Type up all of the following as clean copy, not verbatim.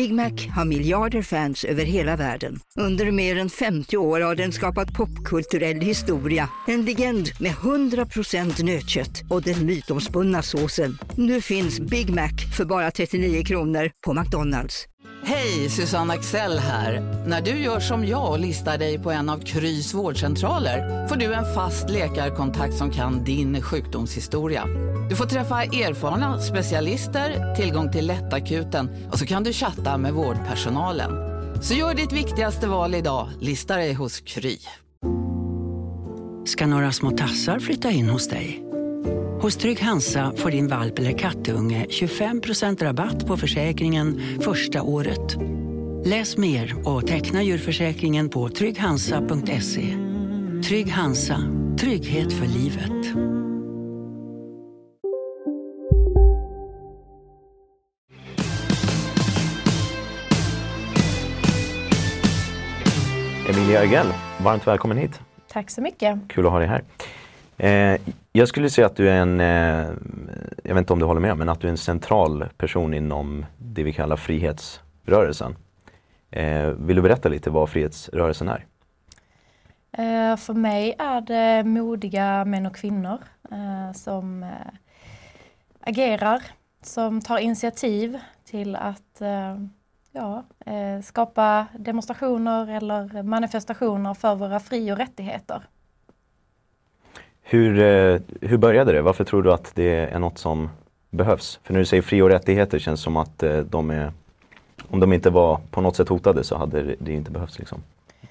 Big Mac har miljarder fans över hela världen. Under mer än 50 år har den skapat popkulturell historia. En legend med 100% nötkött och den mytomspunna såsen. Nu finns Big Mac för bara 39 kronor på McDonald's. Hej, Susanne Axel här. När du gör som jag och listar dig på en av Krys vårdcentraler får du en fast läkarkontakt som kan din sjukdomshistoria. Du får träffa erfarna specialister, tillgång till lättakuten och så kan du chatta med vårdpersonalen. Så gör ditt viktigaste val idag, lista dig hos Kry. Ska några små tassar flytta in hos dig? Hos Trygg Hansa får din valp eller kattunge 25% rabatt på försäkringen första året. Läs mer och teckna djurförsäkringen på trygghansa.se. Trygg Hansa, trygghet för livet. Emilia Agell, varmt välkommen hit. Tack så mycket. Kul att ha dig här. Jag skulle säga att du är jag vet inte om du håller med, men att du är en central person inom det vi kallar frihetsrörelsen. Vill du berätta lite vad frihetsrörelsen är? För mig är det modiga män och kvinnor som agerar, som tar initiativ till att skapa demonstrationer eller manifestationer för våra fri- och rättigheter. Hur började det? Varför tror du att det är något som behövs? För när du säger fri- och rättigheter känns som att om de inte var på något sätt hotade så hade det inte behövts liksom.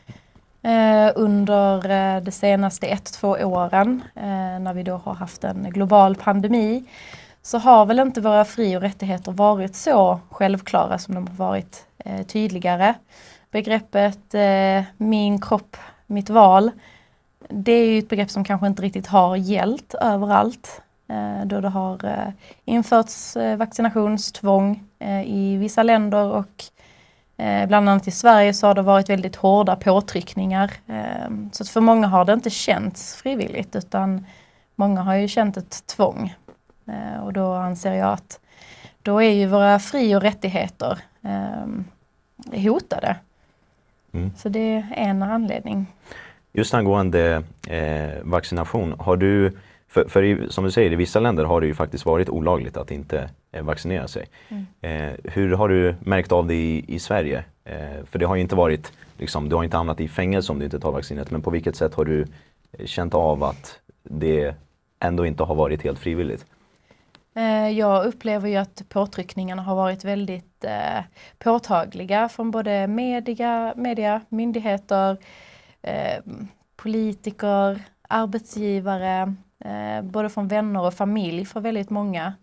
Under de senaste 1-2 åren när vi då har haft en global pandemi så har väl inte våra fri- och rättigheter varit så självklara som de har varit tydligare. Begreppet min kropp, mitt val, det är ju ett begrepp som kanske inte riktigt har gällt överallt. Då det har införts vaccinationstvång i vissa länder och bland annat i Sverige så har det varit väldigt hårda påtryckningar. Så att för många har det inte känts frivilligt utan många har ju känt ett tvång. Och då anser jag att då är ju våra fri- och rättigheter hotade. Så det är en anledning. Just angående vaccination, har du, för som du säger i vissa länder har det ju faktiskt varit olagligt att inte vaccinera sig. Hur har du märkt av det i Sverige? För det har ju inte varit, liksom, du har inte hamnat i fängelse om du inte tar vaccinet, men på vilket sätt har du känt av att det ändå inte har varit helt frivilligt? Jag upplever ju att påtryckningarna har varit väldigt påtagliga från både media, myndigheter, politiker, arbetsgivare, både från vänner och familj för väldigt många.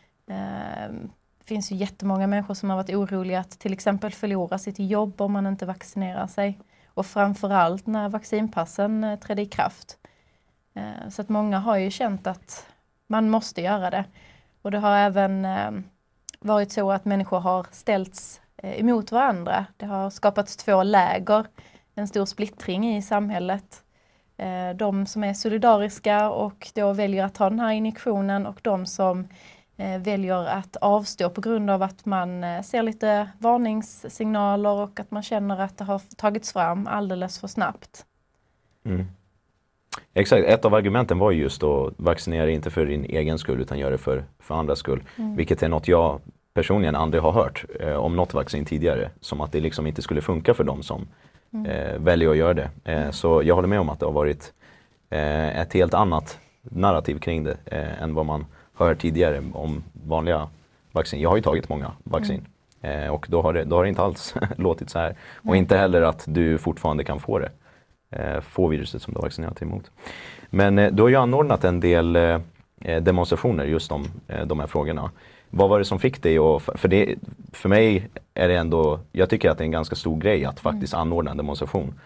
Det finns ju jättemånga människor som har varit oroliga att till exempel förlora sitt jobb om man inte vaccinerar sig. Och framförallt när vaccinpassen trädde i kraft. Så att många har ju känt att man måste göra det. Och det har även varit så att människor har ställts emot varandra. Det har skapats 2 läger, en stor splittring i samhället. De som är solidariska och då väljer att ta den här injektionen och de som väljer att avstå på grund av att man ser lite varningssignaler och att man känner att det har tagits fram alldeles för snabbt. Exakt, ett av argumenten var just att vaccinera inte för din egen skull utan göra det för andras skull. Vilket är något jag personligen aldrig har hört om något vaccin tidigare. Som att det liksom inte skulle funka för dem som väljer att göra det. Så jag håller med om att det har varit ett helt annat narrativ kring det än vad man hört tidigare om vanliga vaccin. Jag har ju tagit många vaccin och då har det inte alls låtit så här. Och inte heller att du fortfarande kan få viruset som du har vaccinerat emot. Men du har ju anordnat en del demonstrationer just om de här frågorna. Vad var det som fick dig för mig är det ändå, jag tycker att det är en ganska stor grej att faktiskt anordna en demonstration.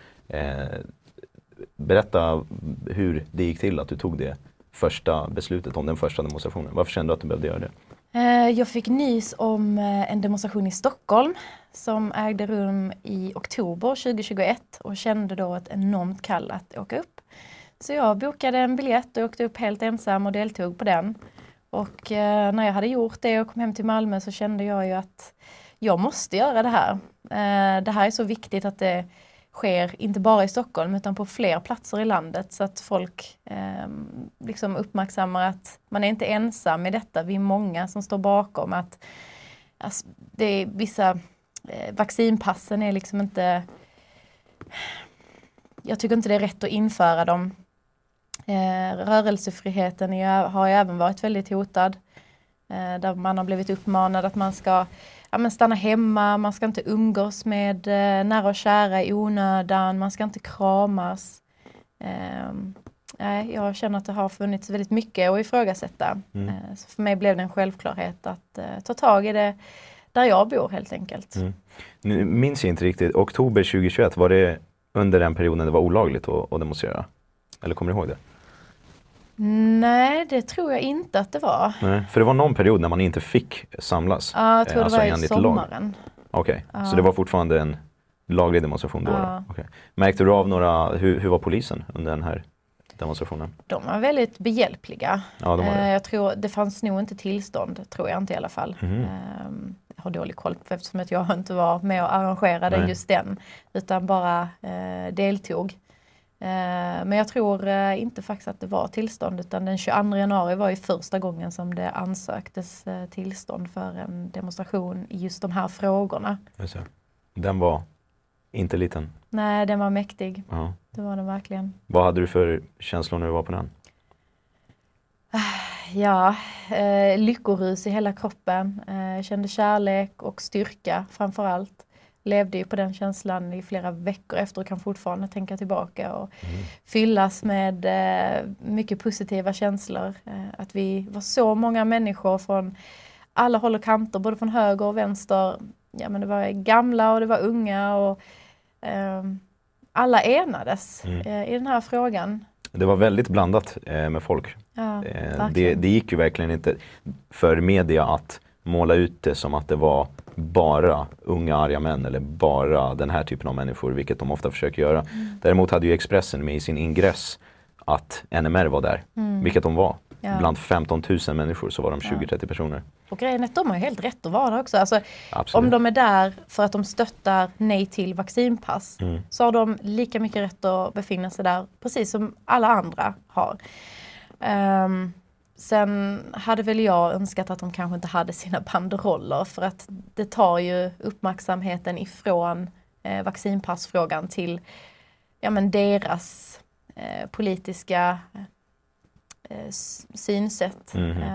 Berätta hur det gick till att du tog det första beslutet om den första demonstrationen. Varför kände du att du behövde göra det? Jag fick nys om en demonstration i Stockholm som ägde rum i oktober 2021 och kände då ett enormt kall att åka upp. Så jag bokade en biljett och åkte upp helt ensam och deltog på den. Och när jag hade gjort det och kom hem till Malmö så kände jag ju att jag måste göra det här. Det här är så viktigt att det sker inte bara i Stockholm utan på fler platser i landet så att folk liksom uppmärksammar att man är inte ensam i detta. Vi är många som står bakom att alltså, det är vissa vaccinpassen är liksom inte, jag tycker inte det är rätt att införa dem. Rörelsefriheten har ju även varit väldigt hotad. Där man har blivit uppmanad att man ska stanna hemma, man ska inte umgås med nära och kära i onödan, man ska inte kramas. Jag känner att det har funnits väldigt mycket att ifrågasätta. Så för mig blev det en självklarhet att ta tag i det där jag bor helt enkelt. Nu minns jag inte riktigt, oktober 2021, var det under den perioden det var olagligt att demonstrera? Eller kommer du ihåg det? Nej, det tror jag inte att det var. Nej, för det var någon period när man inte fick samlas. Ja, jag tror det var i sommaren. Okej, så det var fortfarande en laglig demonstration då? Ja. Okay. Märkte du av några, hur var polisen under den här demonstrationen? De var väldigt behjälpliga. Ja, de var det. Jag tror det fanns nog inte tillstånd, tror jag inte i alla fall. Jag har dålig koll på eftersom att jag inte var med och arrangerade just den. Utan bara deltog. Men jag tror inte faktiskt att det var tillstånd utan den 22 januari var ju första gången som det ansöktes tillstånd för en demonstration i just de här frågorna. Den var inte liten? Nej, den var mäktig. Ja. Det var den verkligen. Vad hade du för känslor när du var på den? Ja, lyckorus i hela kroppen. Jag kände kärlek och styrka framförallt. Levde ju på den känslan i flera veckor efter och kan fortfarande tänka tillbaka och fyllas med mycket positiva känslor. Att vi var så många människor från alla håll och kanter, både från höger och vänster. Ja, men det var gamla och det var unga och alla enades i den här frågan. Det var väldigt blandat med folk. Ja, det gick ju verkligen inte för media att måla ut det som att det var bara unga arga män eller bara den här typen av människor, vilket de ofta försöker göra. Däremot hade ju Expressen med i sin ingress att NMR var där, vilket de var. Ja. Bland 15 000 människor så var de 20-30 personer. Och grejen är att de har ju helt rätt att vara där också. Alltså, om de är där för att de stöttar nej till vaccinpass så har de lika mycket rätt att befinna sig där, precis som alla andra har. Sen hade väl jag önskat att de kanske inte hade sina banderoller för att det tar ju uppmärksamheten ifrån vaccinpassfrågan till deras politiska synsätt.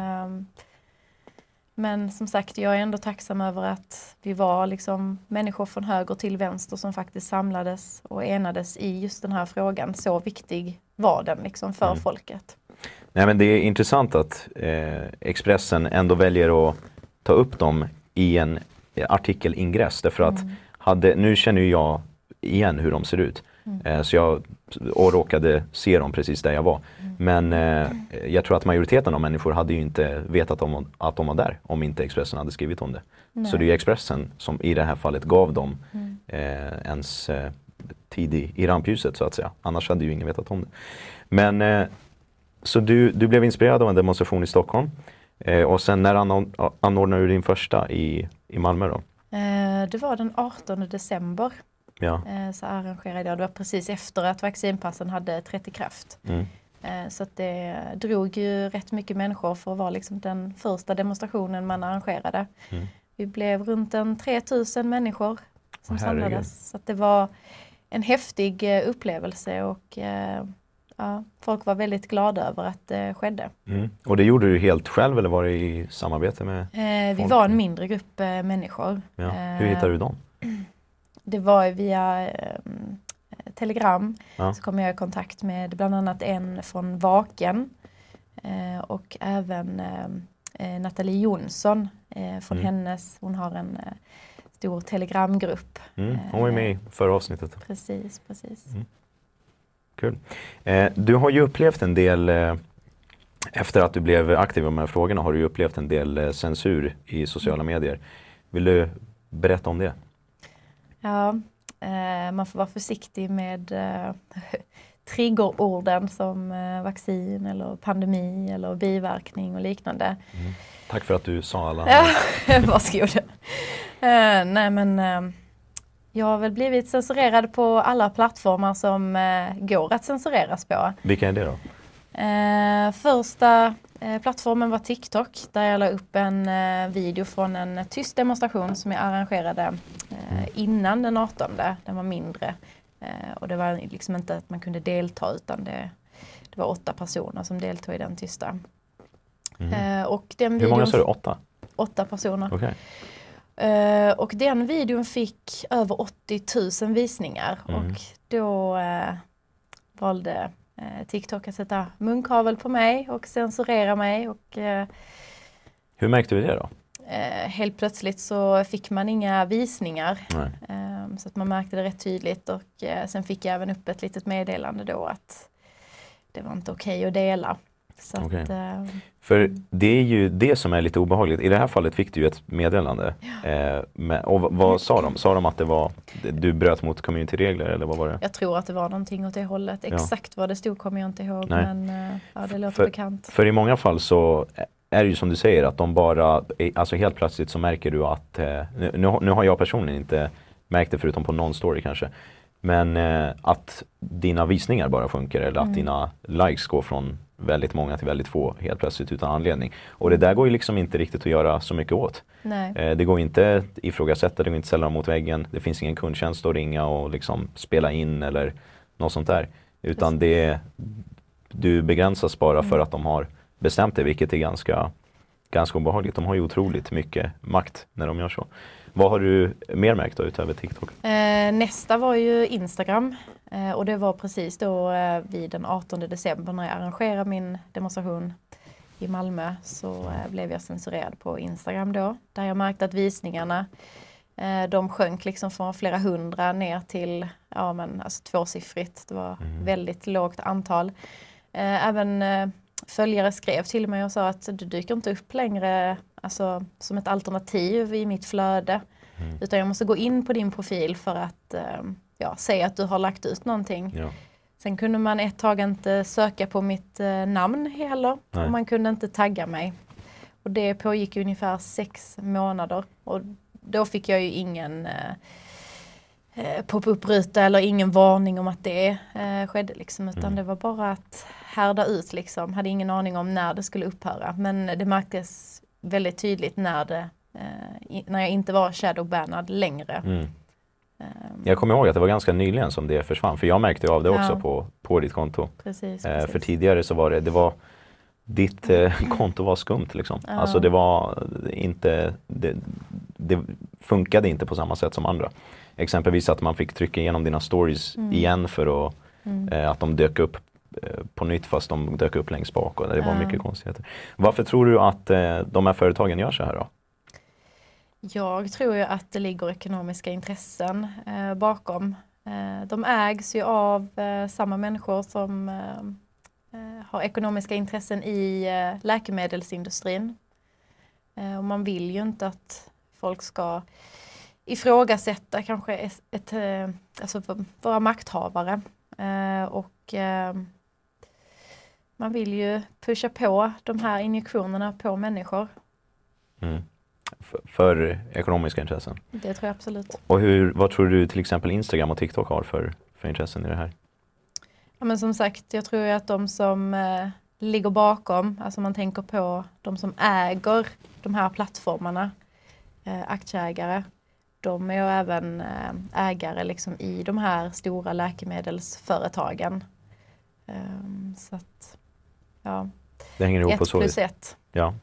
Men som sagt, jag är ändå tacksam över att vi var liksom människor från höger till vänster som faktiskt samlades och enades i just den här frågan. Så viktig var den liksom för folket. Nej, men det är intressant att Expressen ändå väljer att ta upp dem i en artikelingress. Därför att nu känner jag igen hur de ser ut. Så jag råkade se dem precis där jag var. Men jag tror att majoriteten av människor hade ju inte vetat om att de var där om inte Expressen hade skrivit om det. Nej. Så det är ju Expressen som i det här fallet gav dem ens tid i rampljuset så att säga. Annars hade ju ingen vetat om det. Men så du blev inspirerad av en demonstration i Stockholm. Och sen när anordnade du din första i Malmö då? Det var den 18 december. Ja. Så arrangerade jag. Det var precis efter att vaccinpassen hade trätt i kraft. Så att det drog ju rätt mycket människor för att vara liksom den första demonstrationen man arrangerade. Vi blev runt 3000 människor som samlades. Så att det var en häftig upplevelse och folk var väldigt glada över att det skedde. Och det gjorde du helt själv eller var det i samarbete med folk? Vi var en mindre grupp människor. Ja. Hur hittade du dem? Det var via Telegram. Så kom jag i kontakt med bland annat en från Vaken och även Nathalie Jonsson från hon har en stor telegramgrupp. Hon var med i förra avsnittet. Precis. Kul. Du har ju upplevt en del, efter att du blev aktiv i de här frågorna, har du ju upplevt en del censur i sociala medier. Vill du berätta om det? Ja, man får vara försiktig med triggerorden som vaccin eller pandemi eller biverkning och liknande. Tack för att du sa alla. Varsågod. Nej men jag har väl blivit censurerad på alla plattformar som går att censureras på. Vilka är det då? Första plattformen var TikTok där jag la upp en video från en tyst demonstration som jag arrangerade innan den 18. Den var mindre. Och det var liksom inte att man kunde delta utan det var 8 personer som deltog i den tysta. Och den Hur många sa du? 8? 8 personer. Okay. Och den videon fick över 80 000 visningar. Och då valde TikTok att sätta munkavel på mig och censurera mig. Och, hur märkte du det då? Helt plötsligt så fick man inga visningar. Så att man märkte det rätt tydligt. Och sen fick jag även upp ett litet meddelande då att det var inte okej att dela. Så att, för det är ju det som är lite obehagligt. I det här fallet fick du ju ett meddelande. Och vad sa de? Sa de att det var du bröt mot community-regler eller vad var det? Jag tror att det var någonting åt det hållet. Exakt vad det stod kommer jag inte ihåg. Men det låter bekant. För i många fall så är det ju som du säger att de bara, alltså helt plötsligt så märker du att, nu har jag personligen inte märkt det förutom på någon story kanske. Men att dina visningar bara sjunker eller att dina likes går från väldigt många till väldigt få helt plötsligt utan anledning. Och det där går ju liksom inte riktigt att göra så mycket åt. Nej. Det går inte att ifrågasätta, det går inte att ställa dem mot väggen. Det finns ingen kundtjänst att ringa och liksom spela in eller något sånt där. Utan du begränsas bara för att de har bestämt det, vilket är ganska obehagligt. De har ju otroligt mycket makt när de gör så. Vad har du mer märkt då utöver TikTok? Nästa var ju Instagram. Och det var precis då vid den 18 december när jag arrangerade min demonstration i Malmö. Så blev jag censurerad på Instagram då. Där jag märkte att visningarna de sjönk liksom från flera hundra ner till tvåsiffrigt. Det var väldigt lågt antal. Även följare skrev till mig och sa att du dyker inte upp längre alltså, som ett alternativ i mitt flöde. Utan jag måste gå in på din profil för att säga att du har lagt ut någonting. Ja. Sen kunde man ett tag inte söka på mitt namn heller. Och man kunde inte tagga mig. Och det pågick ungefär 6 månader. Och då fick jag ju ingen pop-up-ruta eller ingen varning om att det skedde. Liksom, utan det var bara att härda ut. Liksom. Hade ingen aning om när det skulle upphöra. Men det märktes väldigt tydligt när jag inte var shadowbannad längre. Jag kommer ihåg att det var ganska nyligen som det försvann. För jag märkte av det också på ditt konto. Precis. För tidigare så var det var ditt konto var skumt liksom. Alltså det var inte det funkade inte på samma sätt som andra. Exempelvis att man fick trycka igenom dina stories igen för att de dök upp på nytt fast de dök upp längst bak och det var mycket konstigheter. Varför tror du att de här företagen gör så här då? Jag tror ju att det ligger ekonomiska intressen bakom. De ägs ju av samma människor som har ekonomiska intressen i läkemedelsindustrin. Och man vill ju inte att folk ska ifrågasätta kanske våra makthavare. Och man vill ju pusha på de här injektionerna på människor. För ekonomiska intressen? Det tror jag absolut. Och vad tror du till exempel Instagram och TikTok har för intressen i det här? Ja, men som sagt, jag tror ju att de som ligger bakom, alltså man tänker på de som äger de här plattformarna, aktieägare, de är ju även ägare liksom i de här stora läkemedelsföretagen. Så att, ja. Det hänger ihop på så 1+1. Ja.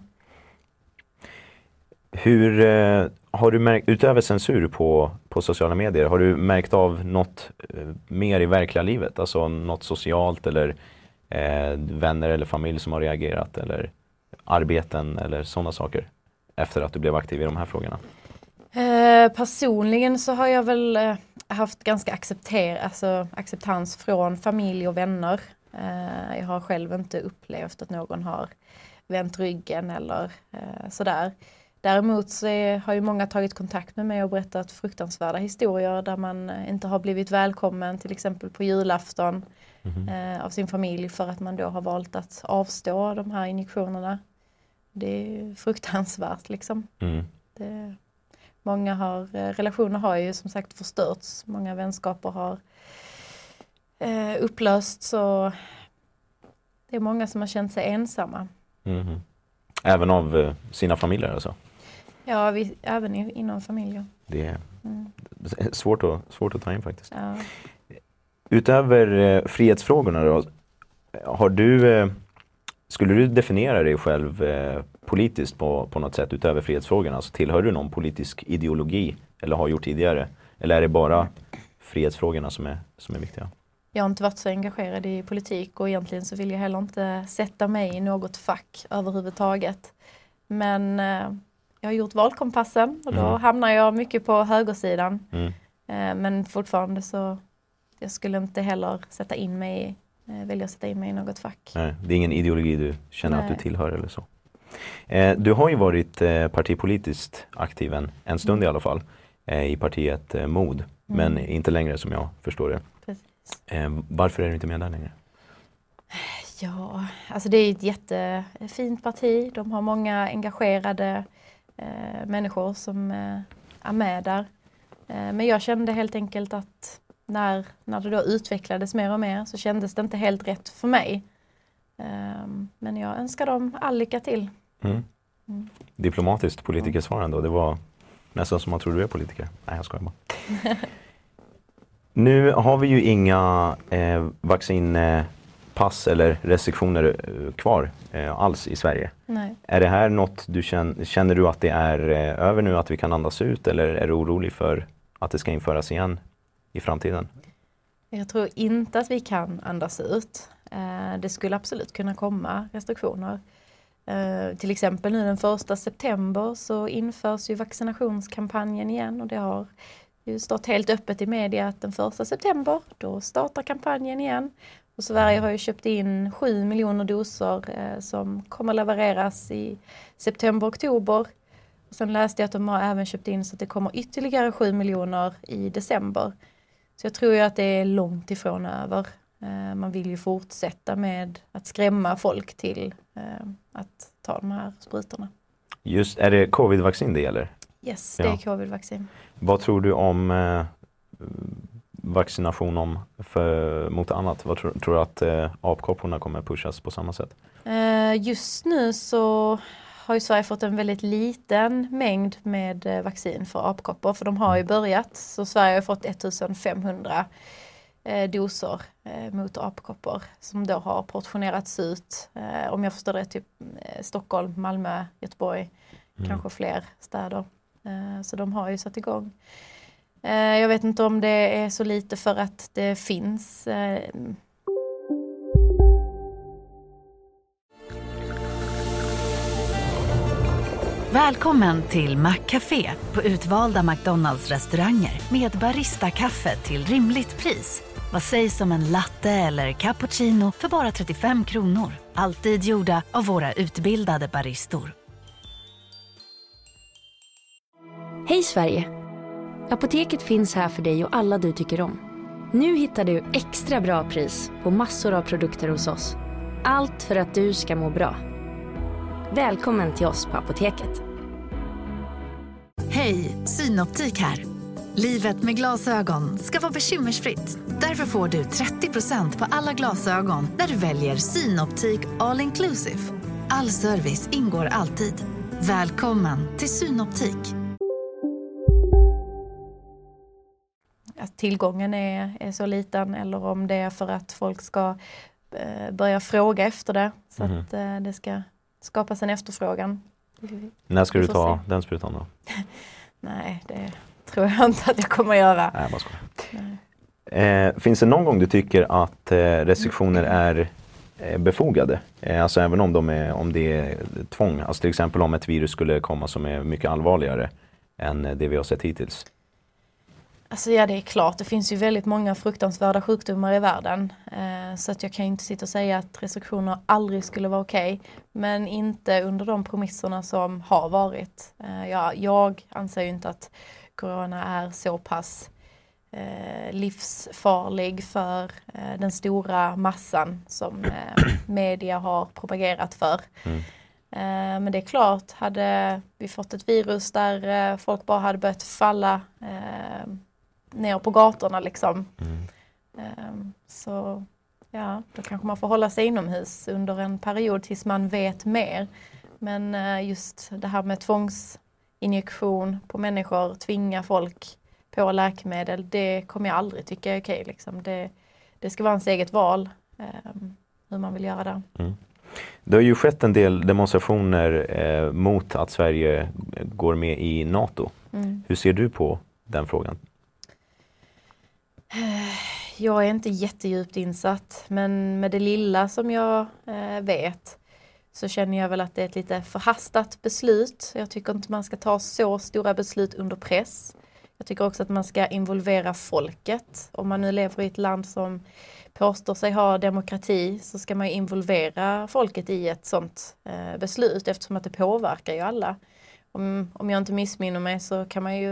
Hur har du märkt, utöver censur på sociala medier, har du märkt av något mer i verkliga livet? Alltså något socialt eller vänner eller familj som har reagerat eller arbeten eller sådana saker efter att du blev aktiv i de här frågorna? Personligen så har jag väl haft ganska acceptans från familj och vänner. Jag har själv inte upplevt att någon har vänt ryggen eller sådär. Däremot så har ju många tagit kontakt med mig och berättat fruktansvärda historier där man inte har blivit välkommen till exempel på julafton av sin familj för att man då har valt att avstå de här injektionerna. Det är fruktansvärt liksom. Många relationer har ju som sagt förstörts. Många vänskaper har upplösts. Så det är många som har känt sig ensamma. Även av sina familjer alltså? Ja, även inom familjer. Det är svårt att ta in faktiskt. Ja. Utöver frihetsfrågorna då, skulle du definiera dig själv politiskt på något sätt utöver frihetsfrågorna? Alltså, tillhör du någon politisk ideologi eller har gjort tidigare? Eller är det bara frihetsfrågorna som är viktiga? Jag har inte varit så engagerad i politik och egentligen så vill jag heller inte sätta mig i något fack överhuvudtaget. Men jag har gjort valkompassen och då hamnar jag mycket på högersidan. Men fortfarande så jag skulle inte heller välja att sätta in mig i något fack. Nej, det är ingen ideologi du känner att du tillhör eller så. Du har ju varit partipolitiskt aktiv en stund i alla fall i partiet MOD, men inte längre som jag förstår det. Precis. Varför är du inte med där längre? Ja, alltså det är ett jättefint parti. De har många engagerade människor som är med där. Men jag kände helt enkelt att när det då utvecklades mer och mer så kändes det inte helt rätt för mig. Men jag önskar dem all lycka till. Diplomatiskt politikersvar ändå. Det var nästan som man tror du är politiker. Nej, jag skojar bara. Nu har vi ju inga vaccinpass eller restriktioner kvar alls i Sverige. Nej. Är det här något du känner du att det är över nu, att vi kan andas ut, eller är du orolig för att det ska införas igen i framtiden? Jag tror inte att vi kan andas ut. Det skulle absolut kunna komma restriktioner. Till exempel nu den 1 september så införs ju vaccinationskampanjen igen och det har ju stått helt öppet i media att den 1 september då startar kampanjen igen. Och Sverige har ju köpt in 7 miljoner doser som kommer levereras i september-oktober. Och sen läste jag att de har även köpt in så att det kommer ytterligare 7 miljoner i december. Så jag tror ju att det är långt ifrån över. Man vill ju fortsätta med att skrämma folk till att ta de här sprutorna. Just, är det covid-vaccin det gäller? Yes, det är covid-vaccin. Vad tror du om vaccination mot annat? Vad tror du att apkopporna kommer pushas på samma sätt? Just nu så har ju Sverige fått en väldigt liten mängd med vaccin för apkoppor. För de har ju börjat. Så Sverige har fått 1500 doser mot apkoppor som då har portionerats ut. Om jag förstår det, typ Stockholm, Malmö, Göteborg, kanske fler städer. Så de har ju satt igång. Jag vet inte om det är så lite för att det finns. Välkommen till Maccafé på utvalda McDonalds-restauranger med Barista-kaffe till rimligt pris. Vad sägs om en latte eller cappuccino för bara 35 kronor? Alltid gjorda av våra utbildade baristor. Hej Sverige! Apoteket finns här för dig och alla du tycker om. Nu hittar du extra bra pris på massor av produkter hos oss. Allt för att du ska må bra. Välkommen till oss på Apoteket. Hej, Synoptik här. Livet med glasögon ska vara bekymmersfritt. Därför får du 30% på alla glasögon när du väljer Synoptik All Inclusive. All service ingår alltid. Välkommen till Synoptik. Att tillgången är så liten eller om det är för att folk ska börja fråga efter det. Så att det ska skapas en efterfrågan. När ska du ta den sprutan då? Nej, det tror jag inte att jag kommer att göra. Nej, bara skojar. Finns det någon gång du tycker att restriktioner är befogade? Alltså även om det är tvång. Alltså till exempel om ett virus skulle komma som är mycket allvarligare än det vi har sett hittills. Alltså ja, det är klart. Det finns ju väldigt många fruktansvärda sjukdomar i världen. Så att jag kan inte sitta och säga att restriktioner aldrig skulle vara okej. Men inte under de premisserna som har varit. Jag anser ju inte att corona är så pass livsfarlig för den stora massan som media har propagerat för. Men det är klart, hade vi fått ett virus där folk bara hade börjat falla ner på gatorna liksom. Så ja, då kanske man får hålla sig inomhus under en period tills man vet mer. Men just det här med tvångsinjektion på människor, tvinga folk på läkemedel, det kommer jag aldrig tycka är okej. Liksom. Det ska vara ens eget val hur man vill göra det. Det har ju skett en del demonstrationer mot att Sverige går med i NATO. Hur ser du på den frågan? Jag är inte jättedjupt insatt, men med det lilla som jag vet så känner jag väl att det är ett lite förhastat beslut. Jag tycker inte man ska ta så stora beslut under press. Jag tycker också att man ska involvera folket. Om man nu lever i ett land som påstår sig ha demokrati så ska man involvera folket i ett sådant beslut eftersom att det påverkar ju alla. Om jag inte missminner mig så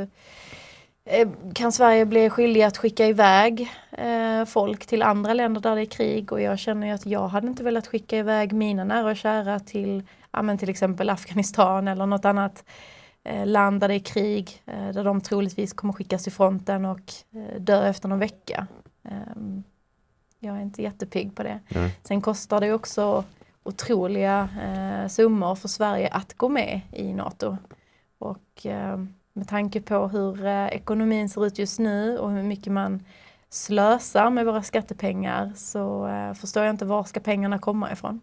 kan Sverige bli skyldig att skicka iväg folk till andra länder där det är krig, och jag känner ju att jag hade inte velat skicka iväg mina nära och kära till exempel Afghanistan eller något annat land där det är krig, där de troligtvis kommer skickas till fronten och dö efter någon vecka. Jag är inte jättepigg på det. Sen kostar det också otroliga summor för Sverige att gå med i NATO. Och med tanke på hur ekonomin ser ut just nu och hur mycket man slösar med våra skattepengar så förstår jag inte var ska pengarna komma ifrån.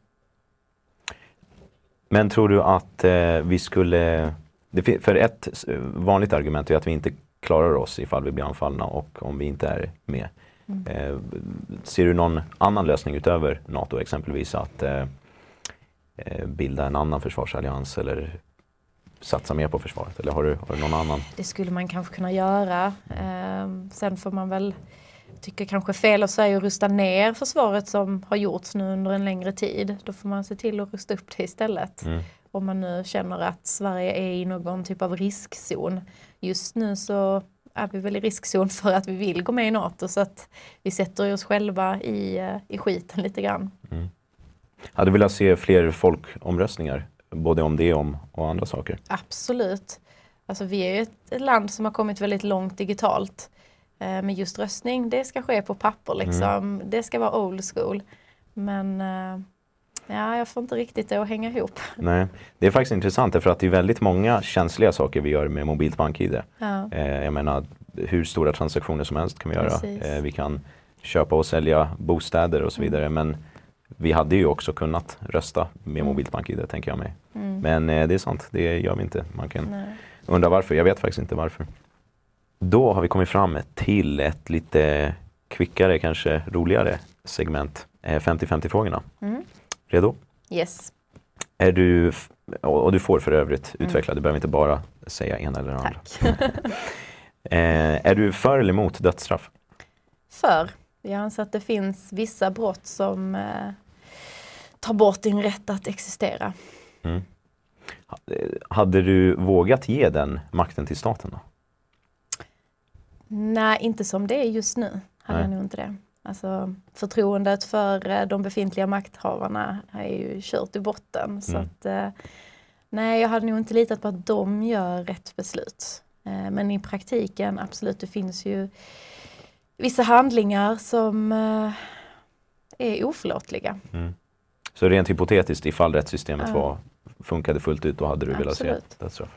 Men tror du att vi skulle... För ett vanligt argument är att vi inte klarar oss ifall vi blir anfallna och om vi inte är med. Ser du någon annan lösning utöver NATO, exempelvis att bilda en annan försvarsallians eller satsa mer på försvaret? Eller har du någon annan? Det skulle man kanske kunna göra. Sen får man väl tycka kanske fel av Sverige att rusta ner försvaret som har gjorts nu under en längre tid. Då får man se till att rusta upp det istället. Om man nu känner att Sverige är i någon typ av riskzon. Just nu så är vi väl i riskzon för att vi vill gå med i NATO, så att vi sätter oss själva i skiten lite grann. Hade du velat se fler folkomröstningar, både om det och andra saker? Absolut. Alltså vi är ju ett land som har kommit väldigt långt digitalt. Men just röstning, det ska ske på papper liksom. Det ska vara old school. Men jag får inte riktigt det att hänga ihop. Nej, det är faktiskt intressant för att det är väldigt många känsliga saker vi gör med mobilt BankID. Jag menar, hur stora transaktioner som helst kan vi göra. Vi kan köpa och sälja bostäder och så vidare. Men vi hade ju också kunnat rösta med mobilt BankID, tänker jag mig. Men det är sant, det gör vi inte. Man kan undra varför, jag vet faktiskt inte varför. Då har vi kommit fram till ett lite kvickare, kanske roligare segment. 50-50-frågorna. Redo? Yes. Är du, och du får för övrigt utveckla, du behöver inte bara säga en eller annan. Är du för eller emot dödsstraff? För. Jag anser att det finns vissa brott som tar bort din rätt att existera. Hade du vågat ge den makten till staten då? Nej, inte som det är just nu. Hade jag nog inte det. Alltså, förtroendet för de befintliga makthavarna är ju kört i botten. Så att, nej, jag hade nog inte litat på att de gör rätt beslut. Men i praktiken, absolut, det finns ju vissa handlingar som är oförlåtliga. Så rent hypotetiskt, ifall rättssystemet funkade fullt ut, då hade du velat se dödsstraff?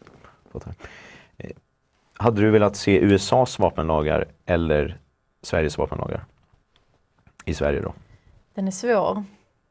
Hade du velat se USAs vapenlagar eller Sveriges vapenlagar? I Sverige då? Den är svår.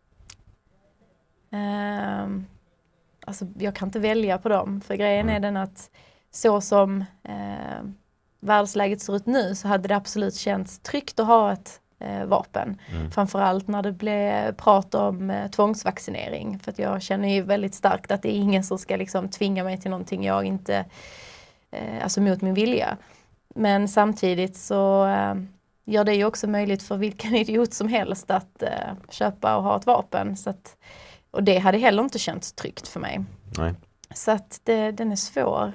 Alltså jag kan inte välja på dem. För grejen är den att så som världsläget ser ut nu så hade det absolut känts tryggt att ha ett vapen. Framförallt när det blev prat om tvångsvaccinering. För att jag känner ju väldigt starkt att det är ingen som ska liksom tvinga mig till någonting jag inte, alltså mot min vilja. Men samtidigt så gör det ju också möjligt för vilken idiot som helst att köpa och ha ett vapen. Så att, och det hade heller inte känts tryggt för mig. Nej. Så att den är svår.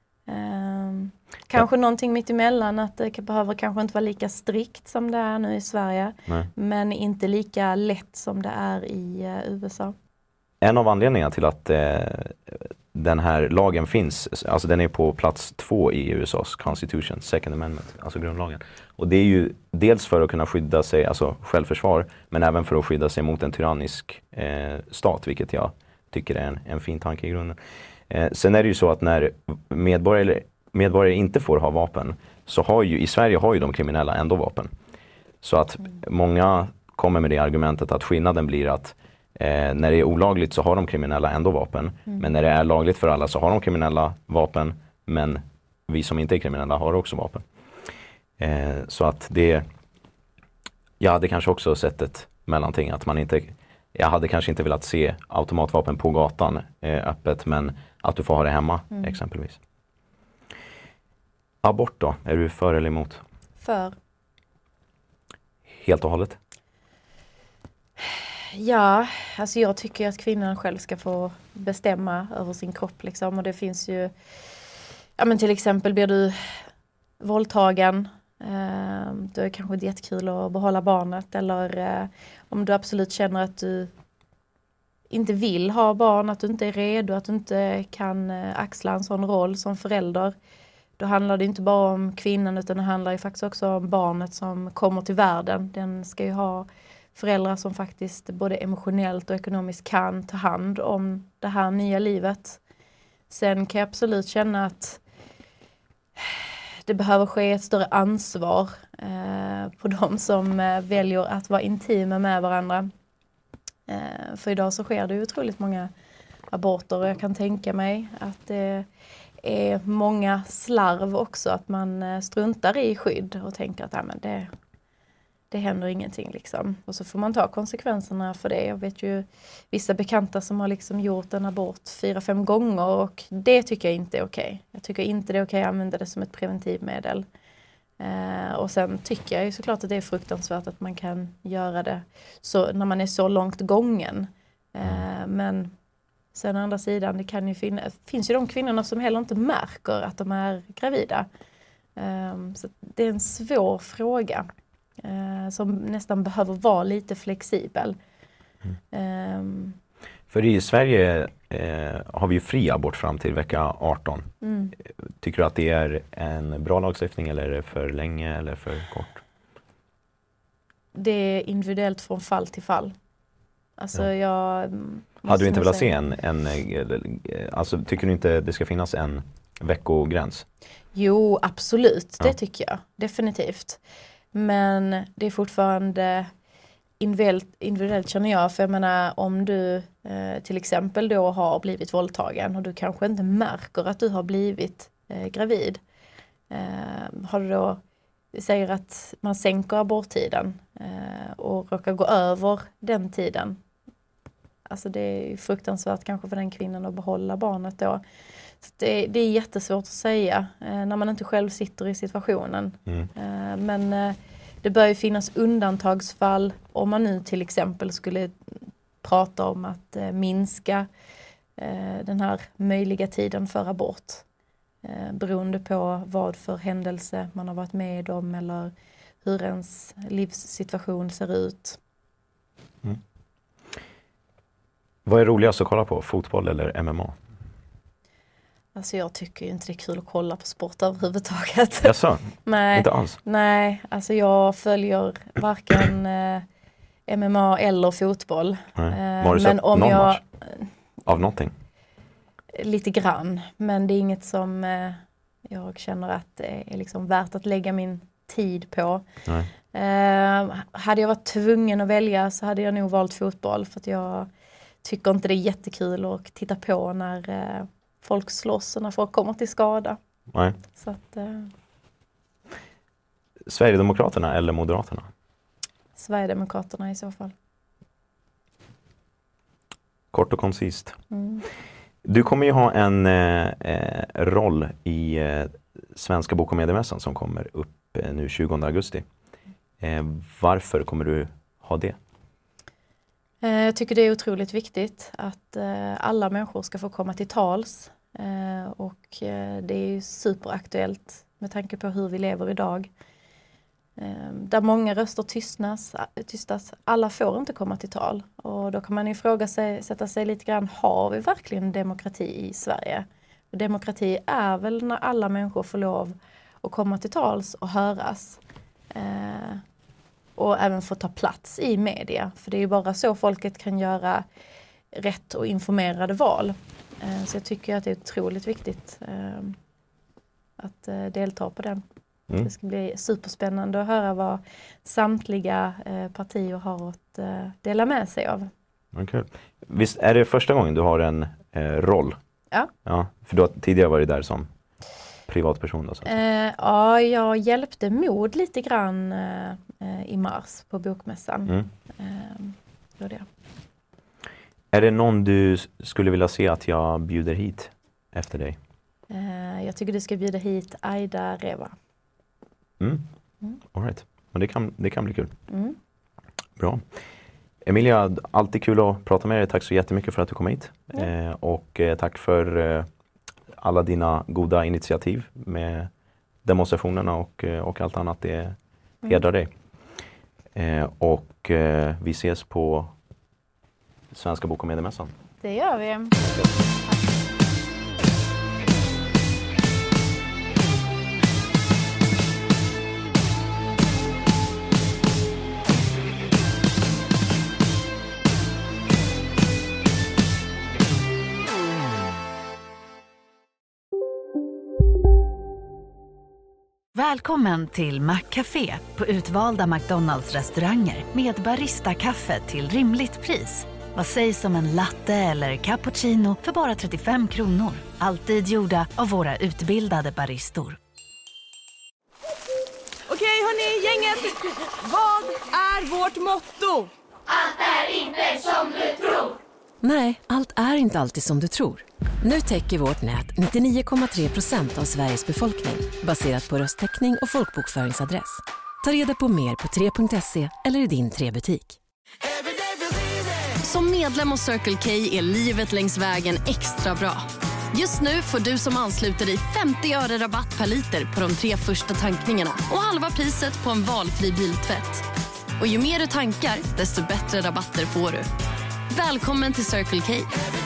Kanske någonting mitt emellan, att det behöver kanske inte vara lika strikt som det är nu i Sverige. Nej. Men inte lika lätt som det är i USA. En av anledningarna till att den här lagen finns, alltså den är på plats 2 i USAs Constitution, Second Amendment, alltså grundlagen. Och det är ju dels för att kunna skydda sig, alltså självförsvar, men även för att skydda sig mot en tyrannisk stat, vilket jag tycker är en fin tanke i grunden. Sen är det ju så att när medborgare inte får ha vapen, så har ju i Sverige har ju de kriminella ändå vapen. Så att många kommer med det argumentet att skillnaden blir att när det är olagligt så har de kriminella ändå vapen. Men när det är lagligt för alla så har de kriminella vapen, men vi som inte är kriminella har också vapen. Så att jag hade kanske också sett ett mellanting, att jag hade kanske inte velat se automatvapen på gatan öppet, men att du får ha det hemma exempelvis. Abort då, är du för eller emot? För. Helt och hållet? Ja, alltså jag tycker att kvinnan själv ska få bestämma över sin kropp liksom. Och det finns ju, ja men till exempel blir du våldtagen, då är det kanske jättekul att behålla barnet. Eller om du absolut känner att du inte vill ha barn, att du inte är redo, att du inte kan axla en sån roll som förälder. Då handlar det inte bara om kvinnan, utan det handlar ju faktiskt också om barnet som kommer till världen. Den ska ju ha föräldrar som faktiskt både emotionellt och ekonomiskt kan ta hand om det här nya livet. Sen kan jag absolut känna att det behöver ske ett större ansvar på de som väljer att vara intima med varandra. För idag så sker det ju otroligt många aborter, och jag kan tänka mig att det är många slarv också, att man struntar i skydd och tänker att det händer ingenting liksom. Och så får man ta konsekvenserna för det. Jag vet ju vissa bekanta som har liksom gjort en abort 4-5 gånger, och det tycker jag inte är okej. Jag tycker inte det är okej att använda det som ett preventivmedel. Och sen tycker jag ju såklart att det är fruktansvärt att man kan göra det så när man är så långt gången. Men sen å andra sidan, det kan ju finns ju de kvinnorna som heller inte märker att de är gravida. Så det är en svår fråga. Som nästan behöver vara lite flexibel. För i Sverige har vi ju fri abort fram till vecka 18. Tycker du att det är en bra lagstiftning, eller är det för länge eller för kort? Det är individuellt från fall till fall. Alltså hade du inte velat se alltså tycker du inte det ska finnas en veckogräns? Jo, absolut. Det tycker jag. Definitivt. Men det är fortfarande individuellt känner jag. För jag menar, om du till exempel då har blivit våldtagen och du kanske inte märker att du har blivit gravid. Har du då, säger att man sänker aborttiden och råkar gå över den tiden. Alltså det är fruktansvärt kanske för den kvinnan att behålla barnet då. Så det är jättesvårt att säga när man inte själv sitter i situationen. Men det bör ju finnas undantagsfall om man nu till exempel skulle prata om att minska den här möjliga tiden för abort. Beroende på vad för händelse man har varit med om eller hur ens livssituation ser ut. Vad är roligast att kolla på? Fotboll eller MMA? Alltså jag tycker ju inte det är kul att kolla på sport överhuvudtaget. Jaså? Nej, inte alls? Nej, alltså jag följer varken MMA eller fotboll. Har du sett någon match av någonting? Lite grann, men det är inget som jag känner att det är liksom värt att lägga min tid på. Hade jag varit tvungen att välja så hade jag nog valt fotboll, för att jag tycker inte det är jättekul att titta på när folk slåss och när folk kommer till skada. Nej. Så att, Sverigedemokraterna eller Moderaterna? Sverigedemokraterna i så fall. Kort och koncist. Du kommer ju ha en roll i Svenska bok- och mediemässan som kommer upp nu 20 augusti. Varför kommer du ha det? Jag tycker det är otroligt viktigt att alla människor ska få komma till tals. Och det är ju superaktuellt med tanke på hur vi lever idag. Där många röster tystas. Alla får inte komma till tal. Och då kan man sätta sig lite grann, har vi verkligen demokrati i Sverige? Och demokrati är väl när alla människor får lov att komma till tals och höras. Och även få ta plats i media. För det är ju bara så folket kan göra rätt och informerade val. Så jag tycker att det är otroligt viktigt att delta på den. Det ska bli superspännande att höra vad samtliga partier har att dela med sig av. Okay. Visst är det första gången du har en roll? Ja. För du har tidigare varit där som privatperson då? Ja, jag hjälpte Mod lite grann i mars på bokmässan. Det. Är det någon du skulle vilja se att jag bjuder hit efter dig? Jag tycker du ska bjuda hit Aida Reva. All right. Men det kan bli kul. Bra. Emilia, alltid kul att prata med dig. Tack så jättemycket för att du kom hit. Och tack för alla dina goda initiativ med demonstrationerna och allt annat. Det hedrar dig. Och vi ses på Svenska bok- och mediemässan. Det gör vi. Välkommen till Maccafé på utvalda McDonalds-restauranger med Barista-kaffe till rimligt pris. Vad sägs om en latte eller cappuccino för bara 35 kronor? Alltid gjorda av våra utbildade baristor. Okej hörni, gänget! Vad är vårt motto? Allt är inte som du tror. Nej, allt är inte alltid som du tror. Nu täcker vårt nät 99,3% av Sveriges befolkning baserat på röstteckning och folkbokföringsadress. Ta reda på mer på 3.se eller i din 3-butik. Som medlem hos Circle K är livet längs vägen extra bra. Just nu får du som ansluter dig 50 öre rabatt per liter på de 3 första tankningarna och halva priset på en valfri biltvätt. Och ju mer du tankar, desto bättre rabatter får du. Välkommen till Circle K.